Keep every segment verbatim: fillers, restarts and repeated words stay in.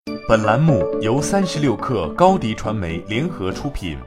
本栏目由三十六氪高低传媒联合出品。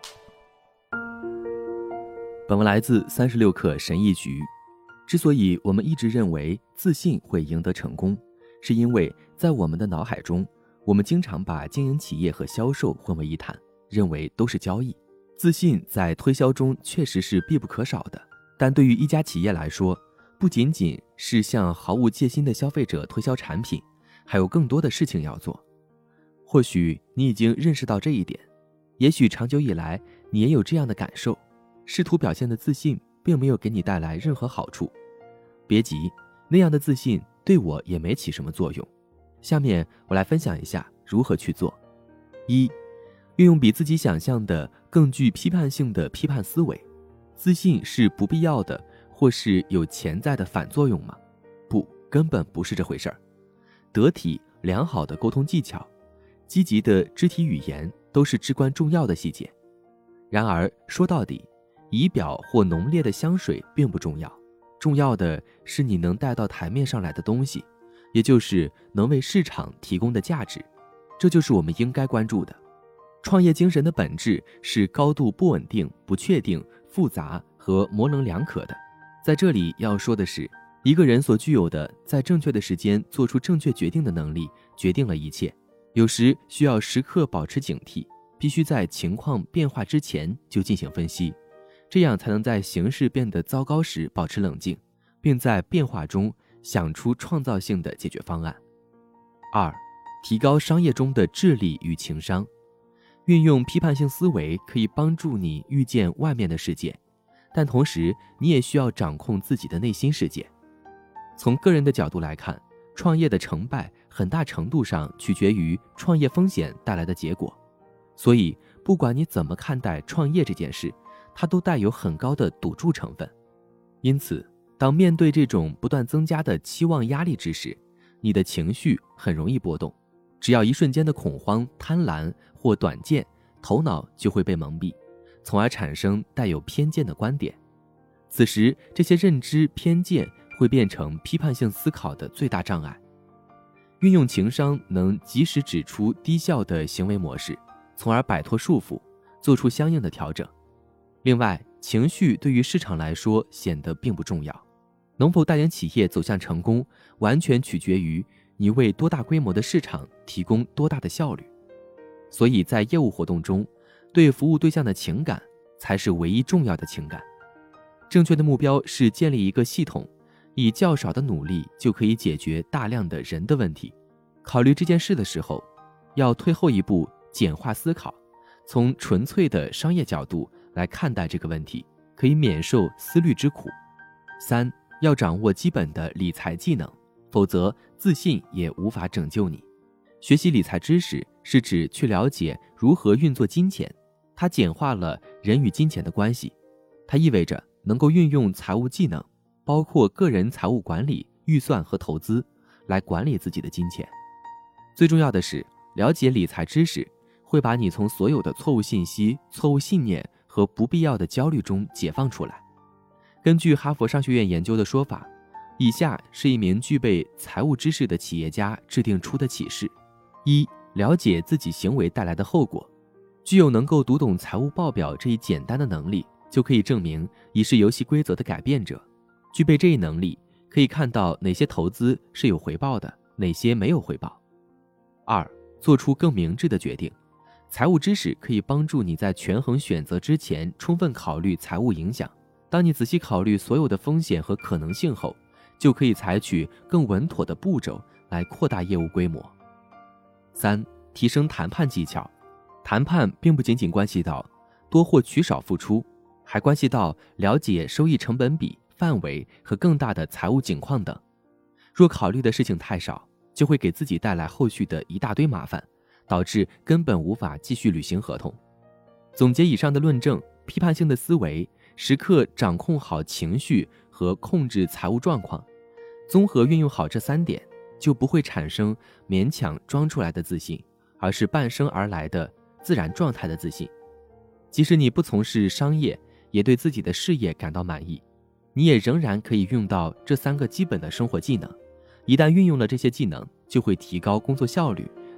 本文来自三十六氪神译局。之所以我们一直认为自信会赢得成功，是因为在我们的脑海中，我们经常把经营企业和销售混为一谈，认为都是交易。自信在推销中确实是必不可少的，但对于一家企业来说，不仅仅是向毫无戒心的消费者推销产品，还有更多的事情要做。或许你已经认识到这一点，也许长久以来你也有这样的感受，试图表现的自信并没有给你带来任何好处。别急，那样的自信对我也没起什么作用。下面我来分享一下如何去做。一、运用比自己想象的更具批判性的批判思维。自信是不必要的或是有潜在的反作用吗？不，根本不是这回事儿。得体良好的沟通技巧，积极的肢体语言都是至关重要的细节。然而说到底，仪表或浓烈的香水并不重要，重要的是你能带到台面上来的东西，也就是能为市场提供的价值。这就是我们应该关注的。创业精神的本质是高度不稳定、不确定、复杂和模棱两可的。在这里要说的是，一个人所具有的在正确的时间做出正确决定的能力，决定了一切。有时需要时刻保持警惕，必须在情况变化之前就进行分析，这样才能在形势变得糟糕时保持冷静，并在变化中想出创造性的解决方案。二、提高商业中的智力与情商。运用批判性思维可以帮助你预见外面的世界，但同时你也需要掌控自己的内心世界。从个人的角度来看，创业的成败很大程度上取决于创业风险带来的结果。所以不管你怎么看待创业这件事，它都带有很高的赌注成分。因此当面对这种不断增加的期望压力之时，你的情绪很容易波动。只要一瞬间的恐慌、贪婪或短见，头脑就会被蒙蔽，从而产生带有偏见的观点。此时这些认知偏见会变成批判性思考的最大障碍。运用情商能及时指出低效的行为模式，从而摆脱束缚，做出相应的调整。另外，情绪对于市场来说显得并不重要，能否带领企业走向成功，完全取决于你为多大规模的市场提供多大的效率。所以在业务活动中，对服务对象的情感才是唯一重要的情感。正确的目标是建立一个系统，以较少的努力就可以解决大量的人的问题。考虑这件事的时候，要退后一步，简化思考，从纯粹的商业角度来看待这个问题，可以免受思虑之苦。三、要掌握基本的理财技能，否则自信也无法拯救你。学习理财知识是指去了解如何运作金钱，它简化了人与金钱的关系。它意味着能够运用财务技能，包括个人财务管理、预算和投资，来管理自己的金钱。最重要的是，了解理财知识会把你从所有的错误信息、错误信念和不必要的焦虑中解放出来。根据哈佛商学院研究的说法，以下是一名具备财务知识的企业家制定出的启示：一、了解自己行为带来的后果。具有能够读懂财务报表这一简单的能力，就可以证明你是游戏规则的改变者。具备这一能力，可以看到哪些投资是有回报的，哪些没有回报。二、做出更明智的决定。财务知识可以帮助你在权衡选择之前充分考虑财务影响。当你仔细考虑所有的风险和可能性后，就可以采取更稳妥的步骤来扩大业务规模。三、提升谈判技巧。谈判并不仅仅关系到多获取少付出，还关系到了解收益成本比、范围和更大的财务景况等。若考虑的事情太少，就会给自己带来后续的一大堆麻烦，导致根本无法继续履行合同。总结以上的论证，批判性的思维，时刻掌控好情绪和控制财务状况，综合运用好这三点，就不会产生勉强装出来的自信，而是伴生而来的自然状态的自信。即使你不从事商业，也对自己的事业感到满意，你也仍然可以用到这三个基本的生活技能。一旦运用了这些技能，就会提高工作效率，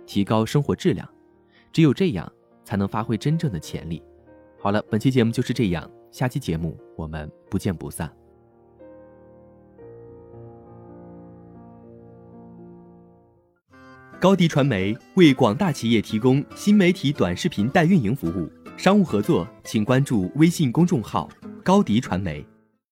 提高生活质量。只有这样，才能发挥真正的潜力。好了，本期节目就是这样，下期节目我们不见不散。高迪传媒为广大企业提供新媒体短视频代运营服务，商务合作请关注微信公众号高迪传媒。